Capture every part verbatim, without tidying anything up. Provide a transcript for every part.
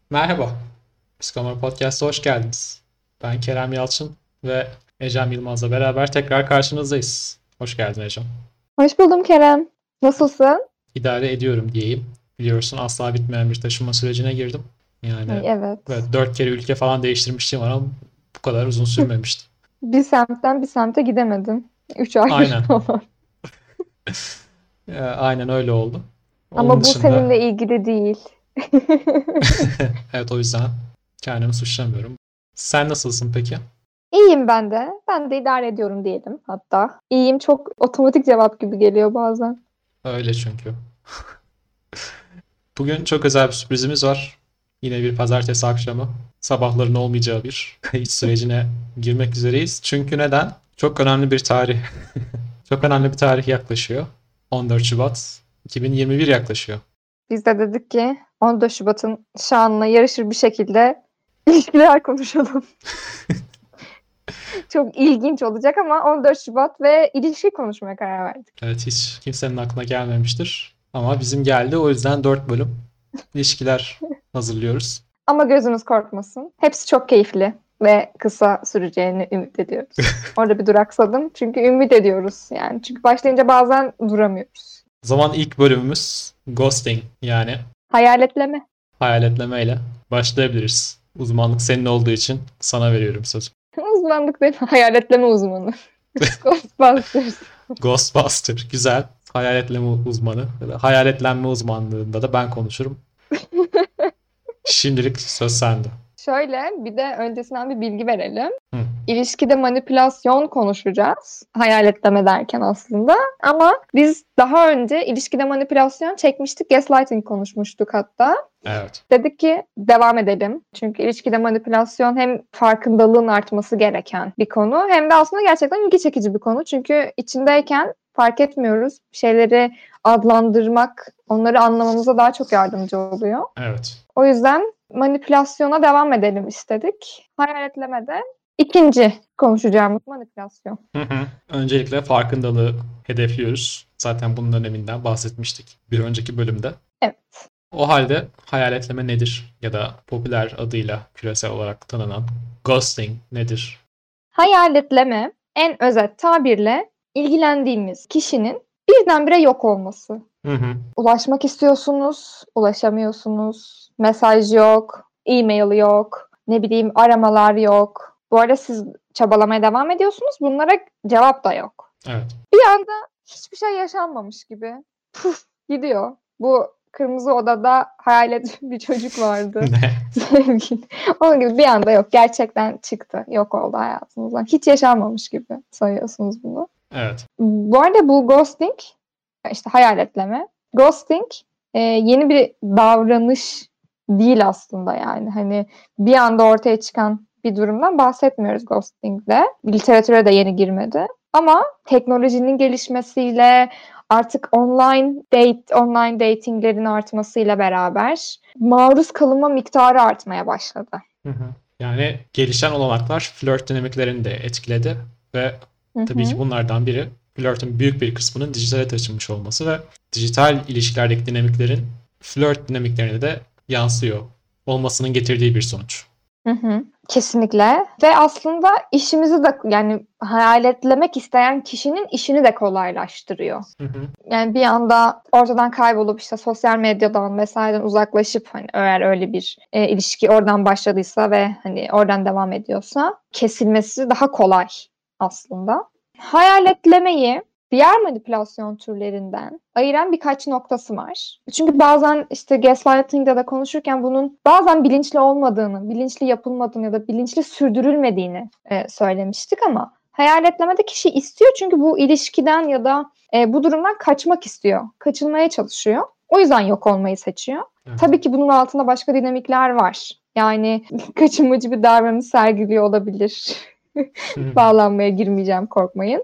Merhaba, Psikomor Podcast'a hoş geldiniz. Ben Kerem Yalçın ve Ecem Yılmaz'la beraber tekrar karşınızdayız. Hoş geldin Ecem. Hoş buldum Kerem. Nasılsın? İdare ediyorum diyeyim. Biliyorsun asla bitmeyen bir taşınma sürecine girdim. Yani Ay, evet. evet, dört kere ülke falan değiştirmiştim ama bu kadar uzun sürmemişti. Bir semtten bir semte gidemedin. Üç aydır Aynen. falan. Ee, Aynen öyle oldu. Onun Ama bu dışında seninle ilgili değil. evet o yüzden kendimi suçlamıyorum. Sen nasılsın peki? İyiyim ben de. Ben de idare ediyorum diyelim hatta. İyiyim çok otomatik cevap gibi geliyor bazen. Öyle çünkü. Bugün çok özel bir sürprizimiz var. Yine bir pazartesi akşamı. Sabahların olmayacağı bir kayıt sürecine girmek üzereyiz. Çünkü neden? Çok önemli bir tarih. Çok önemli bir tarih yaklaşıyor. on dört Şubat iki bin yirmi bir yaklaşıyor. Biz de dedik ki on dört Şubat'ın şanına yarışır bir şekilde ilişkiler konuşalım. Çok ilginç olacak ama on dört Şubat ve ilişki konuşmaya karar verdik. Evet, hiç kimsenin aklına gelmemiştir. Ama bizim geldi, o yüzden dört bölüm ilişkiler hazırlıyoruz. Ama gözünüz korkmasın. Hepsi çok keyifli ve kısa süreceğini ümit ediyoruz. Orada bir duraksadım. Çünkü ümit ediyoruz yani. Çünkü başlayınca bazen duramıyoruz. O zaman ilk bölümümüz ghosting, yani Hayaletleme. hayaletlemeyle başlayabiliriz. Uzmanlık senin olduğu için sana veriyorum sözü. Uzmanlık değil, hayaletleme uzmanı. Ghostbusters. Ghostbuster. Güzel. Hayaletleme uzmanı. Hayaletlenme uzmanlığında da ben konuşurum. Şimdilik söz sende. Şöyle bir de öncesinden bir bilgi verelim. Hı. İlişkide manipülasyon konuşacağız. Hayaletleme derken aslında. Ama biz daha önce ilişkide manipülasyon çekmiştik. Gaslighting konuşmuştuk hatta. Evet. Dedik ki devam edelim. Çünkü ilişkide manipülasyon hem farkındalığın artması gereken bir konu hem de aslında gerçekten ilgi çekici bir konu. Çünkü içindeyken fark etmiyoruz. Şeyleri adlandırmak, onları anlamamıza daha çok yardımcı oluyor. Evet. O yüzden manipülasyona devam edelim istedik. Hayaletlemede ikinci konuşacağımız manipülasyon. Hı hı. Öncelikle farkındalığı hedefliyoruz. Zaten bunun öneminden bahsetmiştik bir önceki bölümde. Evet. O halde hayaletleme nedir? Ya da popüler adıyla küresel olarak tanınan ghosting nedir? Hayaletleme en özet tabirle ilgilendiğimiz kişinin birdenbire yok olması. Hı hı. Ulaşmak istiyorsunuz, ulaşamıyorsunuz. Mesaj yok, e-mail yok, ne bileyim aramalar yok. Bu arada siz çabalamaya devam ediyorsunuz. Bunlara cevap da yok. Evet. Bir anda hiçbir şey yaşanmamış gibi. Puf gidiyor. Bu Kırmızı Oda'da hayalet bir çocuk vardı. Ne? Sevgili. Onun gibi bir anda yok. Gerçekten çıktı. Yok oldu hayatınızdan. Hiç yaşanmamış gibi sayıyorsunuz bunu. Evet. Bu arada bu ghosting, işte hayaletleme. Ghosting e, yeni bir davranış değil aslında yani. Hani bir anda ortaya çıkan bir durumdan bahsetmiyoruz ghosting'de. Literatüre de yeni girmedi. Ama teknolojinin gelişmesiyle artık online date, online datinglerin artmasıyla beraber maruz kalınma miktarı artmaya başladı. Hı hı. Yani gelişen olanaklar flört dinamiklerini de etkiledi ve Hı tabii ki hı. bunlardan biri flörtün büyük bir kısmının dijitale taşınmış olması ve dijital ilişkilerdeki dinamiklerin flört dinamiklerine de yansıyor olmasının getirdiği bir sonuç. Hı hı, kesinlikle ve aslında işimizi de yani hayaletlemek isteyen kişinin işini de kolaylaştırıyor. Hı hı. Yani bir anda ortadan kaybolup işte sosyal medyadan vesaireden uzaklaşıp hani eğer öyle bir e, ilişki oradan başladıysa ve hani oradan devam ediyorsa kesilmesi daha kolay aslında. Hayaletlemeyi diğer manipülasyon türlerinden ayıran birkaç noktası var. Çünkü bazen işte gaslighting'de de konuşurken bunun bazen bilinçli olmadığını, bilinçli yapılmadığını ya da bilinçli sürdürülmediğini e, söylemiştik ama hayaletlemede kişi istiyor çünkü bu ilişkiden ya da e, bu durumdan kaçmak istiyor. Kaçınmaya çalışıyor. O yüzden yok olmayı seçiyor. Evet. Tabii ki bunun altında başka dinamikler var. Yani kaçınmacı bir davranış sergiliyor olabilir. Bağlanmaya girmeyeceğim, korkmayın.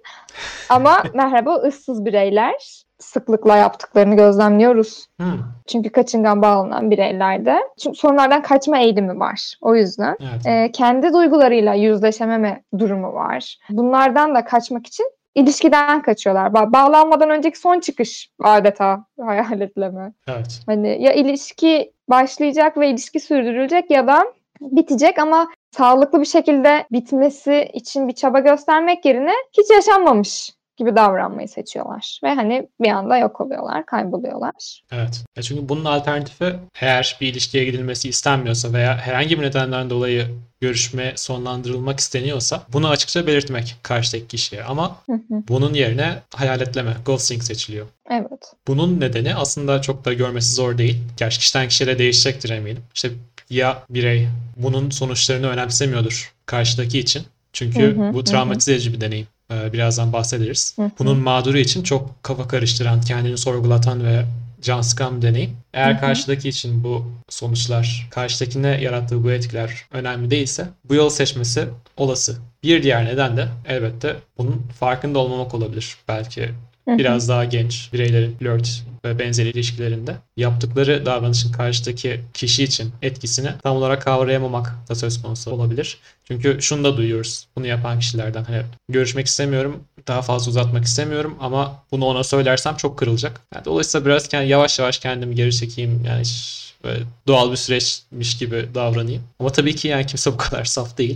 Ama merhaba ıssız bireyler sıklıkla yaptıklarını gözlemliyoruz. Hı. Çünkü kaçıngan bağlanan bireylerde çünkü sorunlardan kaçma eğilimi var. O yüzden Evet. e, kendi duygularıyla yüzleşememe durumu var. Bunlardan da kaçmak için ilişkiden kaçıyorlar. Ba- bağlanmadan önceki son çıkış adeta hayaletleme. Evet. Hani ya ilişki başlayacak ve ilişki sürdürülecek ya da bitecek ama sağlıklı bir şekilde bitmesi için bir çaba göstermek yerine hiç yaşanmamış gibi davranmayı seçiyorlar. Ve hani bir anda yok oluyorlar, kayboluyorlar. Evet. Ya çünkü bunun alternatifi, eğer bir ilişkiye gidilmesi istenmiyorsa veya herhangi bir nedenden dolayı görüşme sonlandırılmak isteniyorsa bunu açıkça belirtmek karşıdaki kişiye. Ama Hı hı. bunun yerine hayaletleme, ghosting seçiliyor. Evet. Bunun nedeni aslında çok da görmesi zor değil. Gerçi kişiden kişiye de değişecektir eminim. İşte ya birey bunun sonuçlarını önemsemiyordur karşıdaki için. Hı Çünkü hı, bu hı travmatize edici bir deneyim. Ee, Birazdan bahsederiz. hı, Bunun hı mağduru için çok kafa karıştıran, kendini sorgulatan ve can sıkan bir deneyim. hı, Eğer hı. karşıdaki için bu sonuçlar, karşıdakine yarattığı bu etkiler önemli değilse bu yol seçmesi olası. Bir diğer neden de elbette bunun farkında olmamak olabilir. Belki Hı hı. biraz daha genç bireylerin flört ve benzeri ilişkilerinde yaptıkları davranışın karşıdaki kişi için etkisini tam olarak kavrayamamak da söz konusu olabilir. Çünkü şunu da duyuyoruz bunu yapan kişilerden. Hani görüşmek istemiyorum, daha fazla uzatmak istemiyorum ama bunu ona söylersem çok kırılacak. Yani dolayısıyla biraz kendi, yavaş yavaş kendimi geri çekeyim. Yani hiç böyle doğal bir süreçmiş gibi davranayım. Ama tabii ki yani kimse bu kadar saf değil.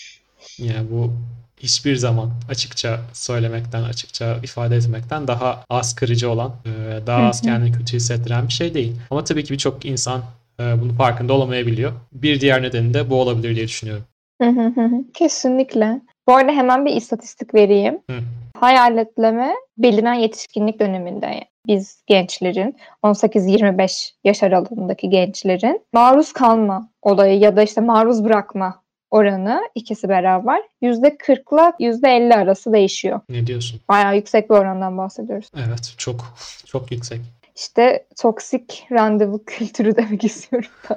Yani bu hiçbir zaman açıkça söylemekten, açıkça ifade etmekten daha az kırıcı olan, e, daha Hı az hı. kendini kötü hissettiren bir şey değil. Ama tabii ki birçok insan e, bunun farkında olamayabiliyor. Bir diğer nedeni de bu olabilir diye düşünüyorum. Hı hı, hı hı. Kesinlikle. Bu arada hemen bir istatistik vereyim. Hı. Hayaletleme belirlen yetişkinlik döneminde biz gençlerin on sekiz yirmi beş yaş aralığındaki gençlerin maruz kalma olayı ya da işte maruz bırakma oranı ikisi beraber yüzde kırkla yüzde elli arası değişiyor. Ne diyorsun? Bayağı yüksek bir orandan bahsediyoruz. Evet, çok çok yüksek. İşte toksik randevu kültürü demek istiyorum ben.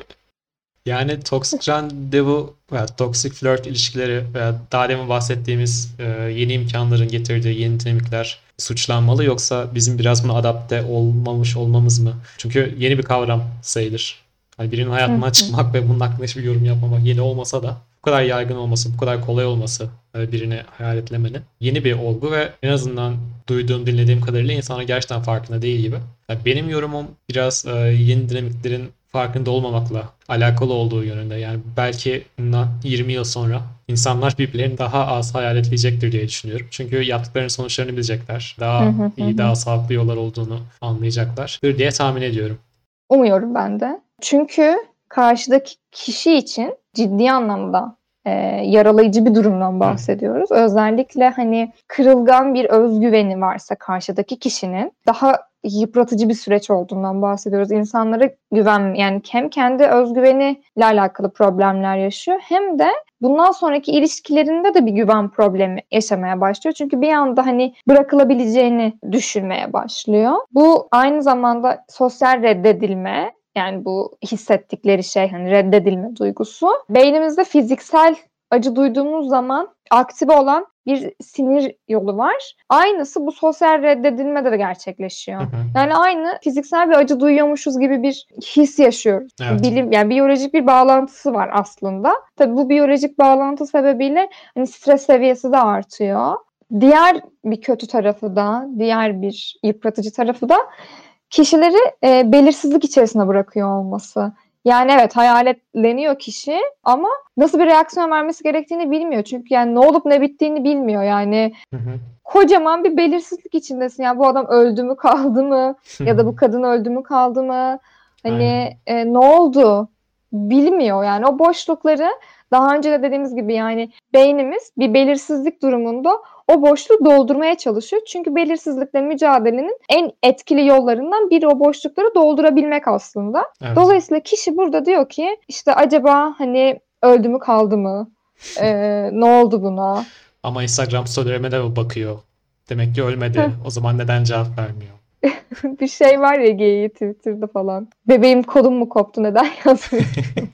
Yani toksik randevu veya toksik flört ilişkileri veya daha demin bahsettiğimiz e, yeni imkanların getirdiği yeni dinamikler suçlanmalı, yoksa bizim biraz buna adapte olmamış olmamız mı? Çünkü yeni bir kavram sayılır. Hani birinin Hı hayatından hı. çıkmak ve bunun hakkında hiçbir yorum yapmamak yeni olmasa da bu kadar yaygın olması, bu kadar kolay olması e, birini hayaletlemenin yeni bir olgu ve en azından duyduğum, dinlediğim kadarıyla insanlar gerçekten farkında değil gibi. Yani benim yorumum biraz e, yeni dinamiklerin farkında olmamakla alakalı olduğu yönünde. Yani belki bundan yirmi yıl sonra insanlar birbirlerini daha az hayaletleyecektir diye düşünüyorum. Çünkü yaptıklarının sonuçlarını bilecekler. Hı Daha hı, hı iyi, hı. daha sağlıklı yollar olduğunu anlayacaklar diye tahmin ediyorum. Umuyorum ben de. Çünkü karşıdaki kişi için ciddi anlamda e, yaralayıcı bir durumdan Hı. bahsediyoruz. Özellikle hani kırılgan bir özgüveni varsa karşıdaki kişinin daha yıpratıcı bir süreç olduğundan bahsediyoruz. İnsanlara güven, yani hem kendi özgüveniyle alakalı problemler yaşıyor hem de bundan sonraki ilişkilerinde de bir güven problemi yaşamaya başlıyor. Çünkü bir anda hani bırakılabileceğini düşünmeye başlıyor. Bu aynı zamanda sosyal reddedilme, yani bu hissettikleri şey hani reddedilme duygusu. Beynimizde fiziksel acı duyduğumuz zaman aktive olan bir sinir yolu var. Aynısı bu sosyal reddedilmede de gerçekleşiyor. Hı hı. Yani aynı fiziksel bir acı duyuyormuşuz gibi bir his yaşıyoruz. Evet. Bilim, yani biyolojik bir bağlantısı var aslında. Tabii bu biyolojik bağlantı sebebiyle hani stres seviyesi de artıyor. Diğer bir kötü tarafı da, diğer bir yıpratıcı tarafı da kişileri e, belirsizlik içerisine bırakıyor olması. Yani evet hayaletleniyor kişi ama nasıl bir reaksiyon vermesi gerektiğini bilmiyor. Çünkü yani ne olup ne bittiğini bilmiyor. Yani Hı hı. kocaman bir belirsizlik içindesin. Yani bu adam öldü mü kaldı mı? Ya da bu kadın öldü mü kaldı mı? Hani e, ne oldu? Bilmiyor yani o boşlukları daha önce de dediğimiz gibi yani beynimiz bir belirsizlik durumunda o boşluğu doldurmaya çalışıyor. Çünkü belirsizlikle mücadelenin en etkili yollarından biri o boşlukları doldurabilmek aslında. Evet. Dolayısıyla kişi burada diyor ki işte acaba hani öldü mü kaldı mı? Ee, ne oldu buna? Ama Instagram storylerime de bakıyor. Demek ki ölmedi. O zaman neden cevap vermiyor? Bir şey var ya geyiği Twitter'da falan. Bebeğim kolum mu koptu neden yazmıyorsun?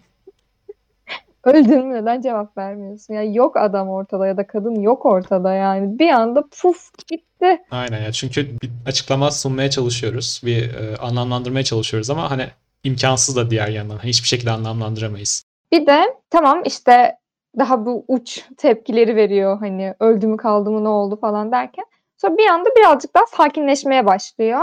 Öldün mü neden cevap vermiyorsun? Yani yok adam ortada ya da kadın yok ortada yani. Bir anda puf gitti. Aynen ya, çünkü bir açıklama sunmaya çalışıyoruz, bir e, anlamlandırmaya çalışıyoruz ama hani imkansız da diğer yandan. Hiçbir şekilde anlamlandıramayız. Bir de tamam işte daha bu uç tepkileri veriyor. Hani öldü mü kaldı mı ne oldu falan derken. Sonra bir anda birazcık daha sakinleşmeye başlıyor.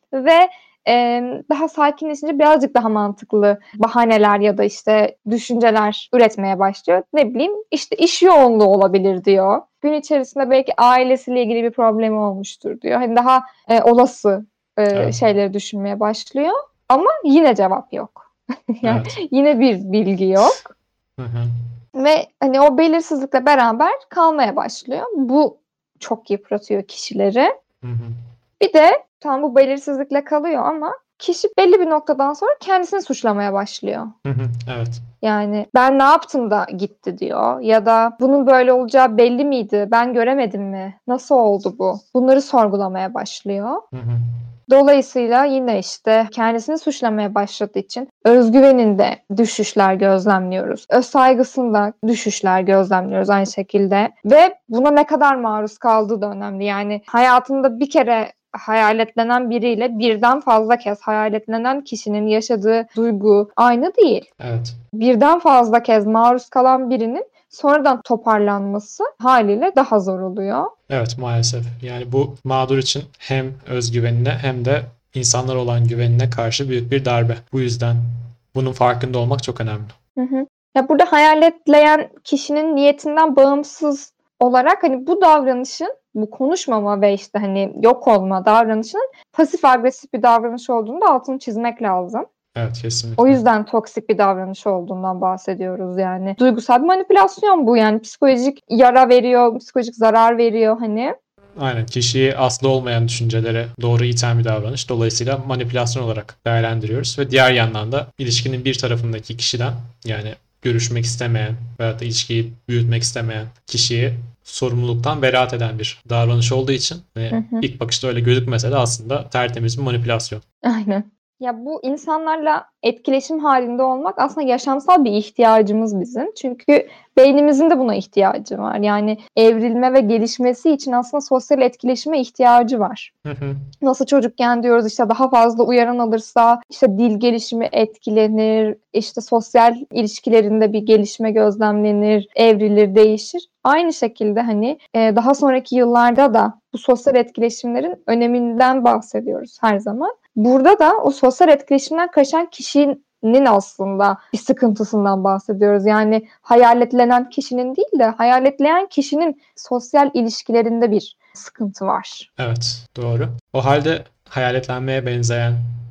Ve e, daha sakinleşince birazcık daha mantıklı bahaneler ya da işte düşünceler üretmeye başlıyor. Ne bileyim işte iş yoğunluğu olabilir diyor. Gün içerisinde belki ailesiyle ilgili bir problemi olmuştur diyor. Hani daha e, olası e, Evet. şeyleri düşünmeye başlıyor. Ama yine cevap yok. Yani Evet. yine bir bilgi yok. Hı hı. Ve hani o belirsizlikle beraber kalmaya başlıyor. Bu çok yıpratıyor kişileri. Hı hı. Bir de tam bu belirsizlikle kalıyor ama kişi belli bir noktadan sonra kendisini suçlamaya başlıyor. Hı hı. Evet. Yani ben ne yaptım da gitti diyor ya da bunun böyle olacağı belli miydi? Ben göremedim mi? Nasıl oldu bu? Bunları sorgulamaya başlıyor. Hı hı. Dolayısıyla yine işte kendisini suçlamaya başladığı için özgüveninde düşüşler gözlemliyoruz. Öz saygısında düşüşler gözlemliyoruz aynı şekilde. Ve buna ne kadar maruz kaldığı da önemli. Yani hayatında bir kere hayaletlenen biriyle birden fazla kez hayaletlenen kişinin yaşadığı duygu aynı değil. Evet. Birden fazla kez maruz kalan birinin sonradan toparlanması haliyle daha zor oluyor. Evet, maalesef. Yani bu mağdur için hem özgüvenine hem de insanlara olan güvenine karşı büyük bir darbe. Bu yüzden bunun farkında olmak çok önemli. Hı hı. Ya burada hayaletleyen kişinin niyetinden bağımsız olarak hani bu davranışın, bu konuşmama ve işte hani yok olma davranışının pasif agresif bir davranış olduğunu da altını çizmek lazım. Evet, kesinlikle. O yüzden toksik bir davranış olduğundan bahsediyoruz yani. Duygusal bir manipülasyon bu yani. Psikolojik yara veriyor, psikolojik zarar veriyor hani. Aynen. Kişiyi aslı olmayan düşüncelere doğru iten bir davranış. Dolayısıyla manipülasyon olarak değerlendiriyoruz. Ve diğer yandan da ilişkinin bir tarafındaki kişiden, yani görüşmek istemeyen veya da ilişkiyi büyütmek istemeyen kişiyi sorumluluktan beraat eden bir davranış olduğu için hani Hı hı. ilk bakışta öyle gözükmese de aslında tertemiz bir manipülasyon. Aynen. Ya bu insanlarla etkileşim halinde olmak aslında yaşamsal bir ihtiyacımız bizim. Çünkü beynimizin de buna ihtiyacı var. Yani evrilme ve gelişmesi için aslında sosyal etkileşime ihtiyacı var. Hı hı. Nasıl çocukken diyoruz işte daha fazla uyaran alırsa işte dil gelişimi etkilenir, işte sosyal ilişkilerinde bir gelişme gözlemlenir, evrilir, değişir. Aynı şekilde hani e, daha sonraki yıllarda da bu sosyal etkileşimlerin öneminden bahsediyoruz her zaman. Burada da o sosyal etkileşimden kaçan kişinin aslında bir sıkıntısından bahsediyoruz. Yani hayaletlenen kişinin değil de hayaletleyen kişinin sosyal ilişkilerinde bir sıkıntı var. Evet, doğru. O halde hayaletlenmeye benzeyen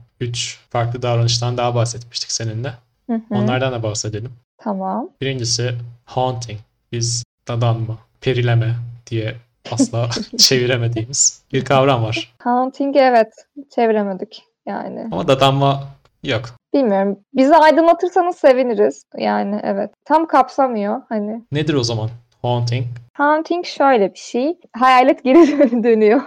üç farklı davranıştan daha bahsetmiştik seninle. Hı hı. Onlardan da bahsedelim. Tamam. Birincisi haunting. Biz dadanma, perileme diye asla çeviremediğimiz bir kavram var. Haunting'i evet çeviremedik yani. Ama dadanma yok. Bilmiyorum. Bizi aydınlatırsanız seviniriz. Yani evet. Tam kapsamıyor hani. Nedir o zaman haunting? Haunting şöyle bir şey. Hayalet geri dönüyor.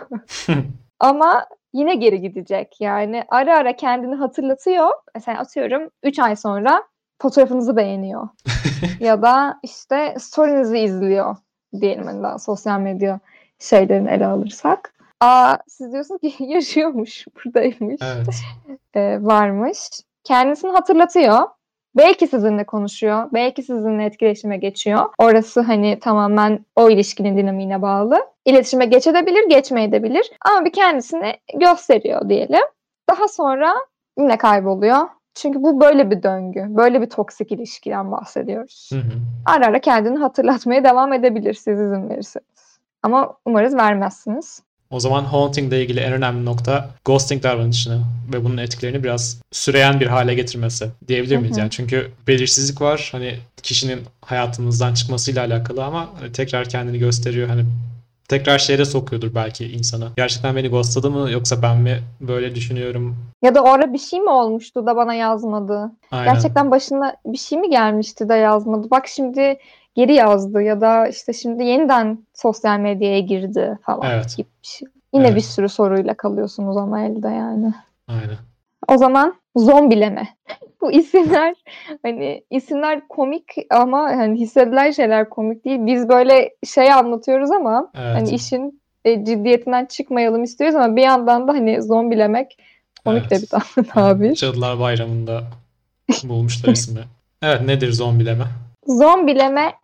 Ama yine geri gidecek. Yani ara ara kendini hatırlatıyor. Mesela atıyorum üç ay sonra fotoğrafınızı beğeniyor. Ya da işte story'nizi izliyor diyelim hani daha sosyal medya şeylerini ele alırsak. Aa, siz diyorsunuz ki yaşıyormuş, buradaymış, Evet. e, varmış. Kendisini hatırlatıyor. Belki sizinle konuşuyor, belki sizinle etkileşime geçiyor. Orası hani tamamen o ilişkinin dinamiğine bağlı. İletişime geçebilir, geçmeyebilir ama bir kendisini gösteriyor diyelim. Daha sonra yine kayboluyor. Çünkü bu böyle bir döngü, böyle bir toksik ilişkiden bahsediyoruz. Hı hı. Ara ara kendini hatırlatmaya devam edebilir siz izin verirseniz. Ama umarız vermezsiniz. O zaman haunting ile ilgili en önemli nokta ghosting davranışını ve bunun etkilerini biraz süreyen bir hale getirmesi diyebilir miyiz? Hı hı. Yani çünkü belirsizlik var. Hani kişinin hayatımızdan çıkmasıyla alakalı ama hani tekrar kendini gösteriyor. Hani tekrar şehre sokuyordur belki insana. Gerçekten beni ghostladı mı yoksa ben mi böyle düşünüyorum? Ya da o ara bir şey mi olmuştu da bana yazmadı? Aynen. Gerçekten başına bir şey mi gelmişti de yazmadı? Bak şimdi geri yazdı ya da işte şimdi yeniden sosyal medyaya girdi falan Evet. gibi bir şey. Yine Evet. bir sürü soruyla kalıyorsunuz ama elde yani. Aynen. O zaman zombileme. Bu isimler hani isimler komik ama hani hissedilen şeyler komik değil. Biz böyle şey anlatıyoruz ama Evet. hani işin e, ciddiyetinden çıkmayalım istiyoruz ama bir yandan da hani zombilemek komik de Evet. bir ta- Aynen. tabir. Cadılar Bayramı'nda bulmuşlar ismi. Evet, nedir zombileme? Zombileme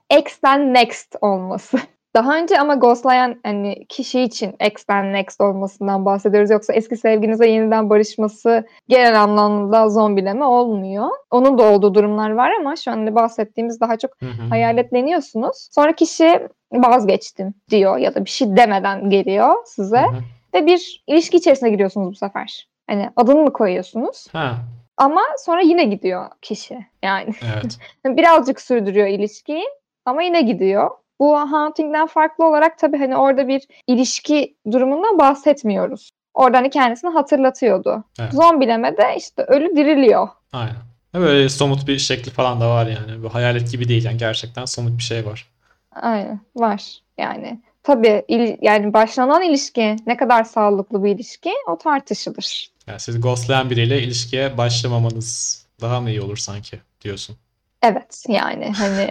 X'ten next olması. Daha önce ama ghostlayan hani kişi için X'ten next olmasından bahsediyoruz. Yoksa eski sevginize yeniden barışması genel anlamda zombileme olmuyor. Onun da olduğu durumlar var ama şu an bahsettiğimiz daha çok Hı hı. hayaletleniyorsunuz. Sonra kişi vazgeçtim diyor ya da bir şey demeden geliyor size. Hı hı. Ve bir ilişki içerisine giriyorsunuz bu sefer. Hani adını mı koyuyorsunuz? Ha, Ama sonra yine gidiyor kişi yani. evet. Birazcık sürdürüyor ilişkiyi ama yine gidiyor. Bu Haunting'den farklı olarak tabii hani orada bir ilişki durumundan bahsetmiyoruz. Orada hani kendisini hatırlatıyordu. Evet. Zombileme de işte ölü diriliyor. Aynen. Böyle somut bir şekli falan da var yani. Bu hayalet gibi değil yani, gerçekten somut bir şey var. Aynen var yani. Tabii il, yani başlanan ilişki ne kadar sağlıklı bir ilişki o tartışılır. Yani siz ghostlayan biriyle ilişkiye başlamamanız daha mı iyi olur sanki diyorsun. Evet yani hani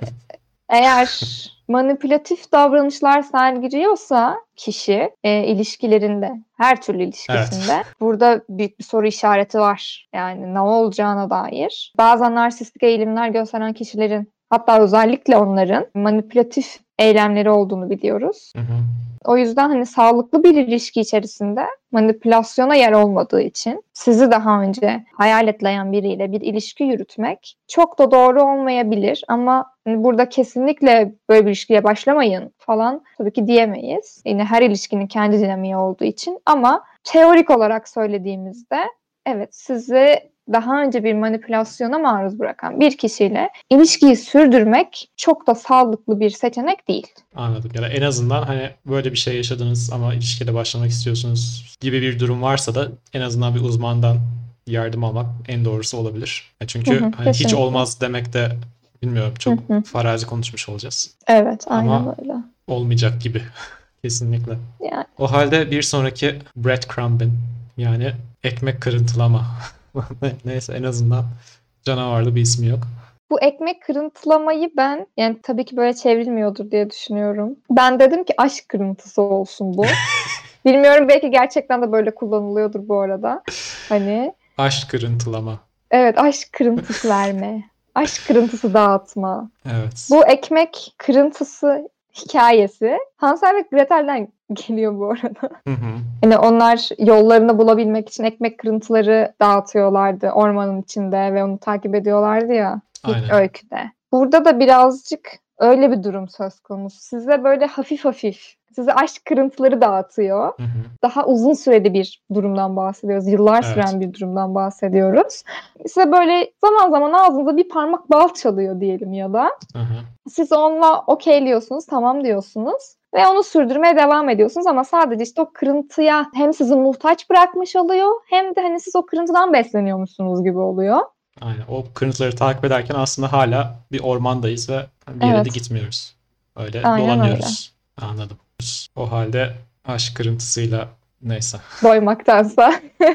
eğer manipülatif davranışlar sergiliyorsa kişi e, ilişkilerinde, her türlü ilişkisinde Evet. burada büyük bir soru işareti var. Yani ne olacağına dair. Bazen narsistik eğilimler gösteren kişilerin, hatta özellikle onların manipülatif eylemleri olduğunu biliyoruz. Hı hı. O yüzden hani sağlıklı bir ilişki içerisinde manipülasyona yer olmadığı için sizi daha önce hayaletleyen biriyle bir ilişki yürütmek çok da doğru olmayabilir ama hani burada kesinlikle böyle bir ilişkiye başlamayın falan tabii ki diyemeyiz. Yine her ilişkinin kendi dinamiği olduğu için ama teorik olarak söylediğimizde evet sizi daha önce bir manipülasyona maruz bırakan bir kişiyle ilişkiyi sürdürmek çok da sağlıklı bir seçenek değil. Anladım. Ya da en azından hani böyle bir şey yaşadınız ama ilişkiye başlamak istiyorsunuz gibi bir durum varsa da en azından bir uzmandan yardım almak en doğrusu olabilir. Ya çünkü Hı hı, hani hiç kesinlikle. olmaz demek de, bilmiyorum, çok Hı hı. farazi konuşmuş olacağız. Evet, aynen Ama öyle. olmayacak gibi. Kesinlikle. Yani O halde bir sonraki breadcrumb'in, yani ekmek kırıntılama. Neyse, en azından canavarlı bir ismi yok. bu ekmek kırıntılamayı ben yani tabii ki böyle çevrilmiyordur diye düşünüyorum. Ben dedim ki aşk kırıntısı olsun bu. Bilmiyorum belki gerçekten de böyle kullanılıyordur bu arada. Hani Aşk kırıntılama. evet aşk kırıntısı verme. Aşk kırıntısı dağıtma. Evet. Bu ekmek kırıntısı hikayesi Hansel ve Gretel'den geliyor bu arada. Hı hı. Hani onlar yollarını bulabilmek için ekmek kırıntıları dağıtıyorlardı ormanın içinde ve onu takip ediyorlardı ya ilk Aynen. öyküde. Burada da birazcık öyle bir durum söz konusu. Size böyle hafif hafif, size aşk kırıntıları dağıtıyor. Hı hı. Daha uzun süreli bir durumdan bahsediyoruz. Yıllar Evet. süren bir durumdan bahsediyoruz. Size böyle zaman zaman ağzınıza bir parmak bal çalıyor diyelim ya da. Hı hı. Siz onunla okeyliyorsunuz, tamam diyorsunuz. Ve onu sürdürmeye devam ediyorsunuz ama sadece işte o kırıntıya hem sizi muhtaç bırakmış oluyor hem de hani siz o kırıntıdan besleniyormuşsunuz gibi oluyor. Aynen. O kırıntıları takip ederken aslında hala bir ormandayız ve bir yere de Evet, gitmiyoruz. Öyle aynen öyle. dolanıyoruz. Anladım. O halde aşk kırıntısıyla, neyse. Doymaktansa.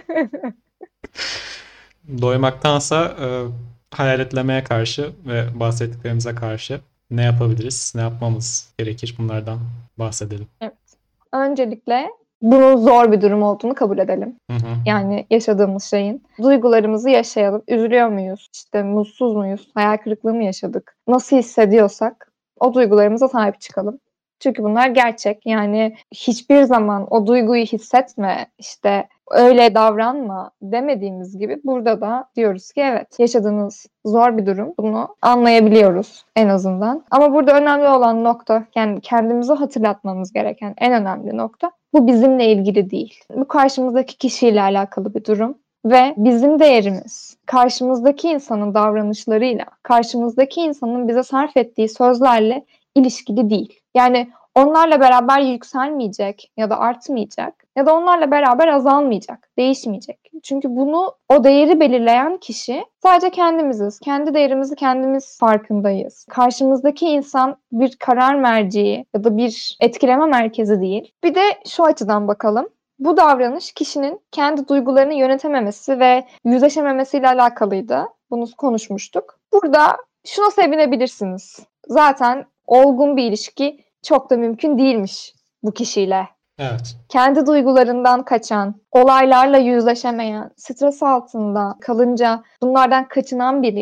Doymaktansa e, hayaletlemeye karşı ve bahsettiklerimize karşı ne yapabiliriz, ne yapmamız gerekir, bunlardan bahsedelim. Evet. Öncelikle bunun zor bir durum olduğunu kabul edelim. Hı hı. Yani yaşadığımız şeyin. Duygularımızı yaşayalım. Üzülüyor muyuz? İşte mutsuz muyuz? Hayal kırıklığı mı yaşadık? Nasıl hissediyorsak o duygularımıza sahip çıkalım. Çünkü bunlar gerçek. Yani hiçbir zaman o duyguyu hissetme, işte öyle davranma demediğimiz gibi burada da diyoruz ki evet yaşadığınız zor bir durum. Bunu anlayabiliyoruz en azından. Ama burada önemli olan nokta, yani kendimize hatırlatmamız gereken en önemli nokta bu bizimle ilgili değil. Bu karşımızdaki kişiyle alakalı bir durum. Ve bizim değerimiz karşımızdaki insanın davranışlarıyla, karşımızdaki insanın bize sarf ettiği sözlerle ilişkili değil. Yani onlarla beraber yükselmeyecek ya da artmayacak ya da onlarla beraber azalmayacak, değişmeyecek. Çünkü bunu, o değeri belirleyen kişi sadece kendimiziz. Kendi değerimizi kendimiz farkındayız. Karşımızdaki insan bir karar merciği ya da bir etkileme merkezi değil. Bir de şu açıdan bakalım. Bu davranış kişinin kendi duygularını yönetememesi ve yüzleşememesiyle alakalıydı. Bunu konuşmuştuk. Burada şuna sevinebilirsiniz. Zaten olgun bir ilişki çok da mümkün değilmiş bu kişiyle. Evet. Kendi duygularından kaçan, olaylarla yüzleşemeyen, stres altında kalınca bunlardan kaçınan biriyle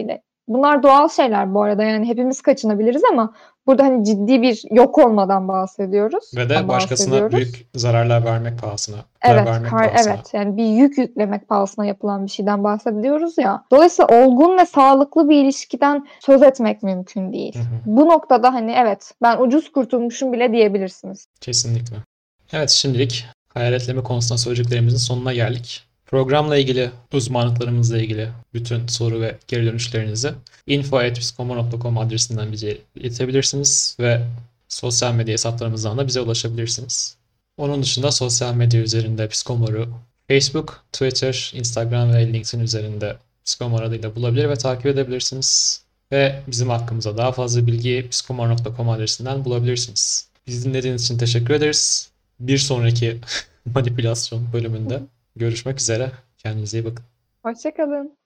Bunlar doğal şeyler bu arada, yani hepimiz kaçınabiliriz ama burada hani ciddi bir yok olmadan bahsediyoruz. Ve de başkasına bahsediyoruz. büyük zararlar vermek pahasına, zarar Evet, vermek kar, pahasına. evet. Yani bir yük yüklemek pahasına yapılan bir şeyden bahsediyoruz ya. Dolayısıyla olgun ve sağlıklı bir ilişkiden söz etmek mümkün değil. Hı hı. Bu noktada hani evet, ben ucuz kurtulmuşum bile diyebilirsiniz. Kesinlikle. Evet, şimdilik hayaletleme konusunda söyleyeceklerimizin sonuna geldik. Programla ilgili, uzmanlıklarımızla ilgili bütün soru ve geri dönüşlerinizi info at psikomor nokta com adresinden bize iletebilirsiniz ve sosyal medya hesaplarımızdan da bize ulaşabilirsiniz. Onun dışında sosyal medya üzerinde Psikomor'u Facebook, Twitter, Instagram ve LinkedIn üzerinde Psikomor adıyla bulabilir ve takip edebilirsiniz. Ve bizim hakkımızda daha fazla bilgiyi psikomor nokta com adresinden bulabilirsiniz. Bizi dinlediğiniz için teşekkür ederiz. Bir sonraki manipülasyon bölümünde görüşmek üzere. Kendinize iyi bakın. Hoşça kalın.